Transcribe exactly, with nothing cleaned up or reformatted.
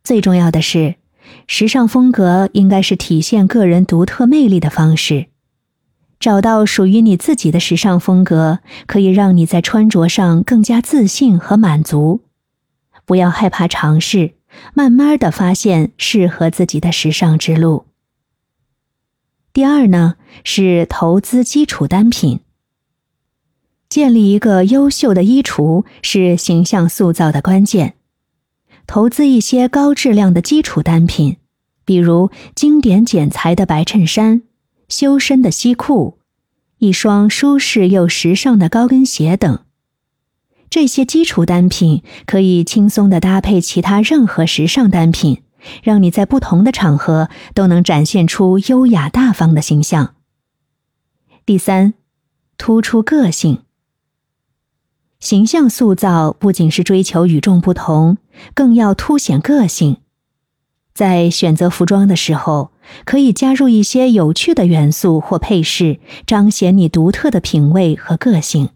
最重要的是，时尚风格应该是体现个人独特魅力的方式。找到属于你自己的时尚风格，可以让你在穿着上更加自信和满足。不要害怕尝试，慢慢地发现适合自己的时尚之路。第二呢，是投资基础单品。建立一个优秀的衣橱是形象塑造的关键。投资一些高质量的基础单品，比如经典剪裁的白衬衫、修身的西裤、一双舒适又时尚的高跟鞋等。这些基础单品可以轻松地搭配其他任何时尚单品，让你在不同的场合都能展现出优雅大方的形象。第三，突出个性。形象塑造不仅是追求与众不同，更要凸显个性。在选择服装的时候，可以加入一些有趣的元素或配饰，彰显你独特的品味和个性。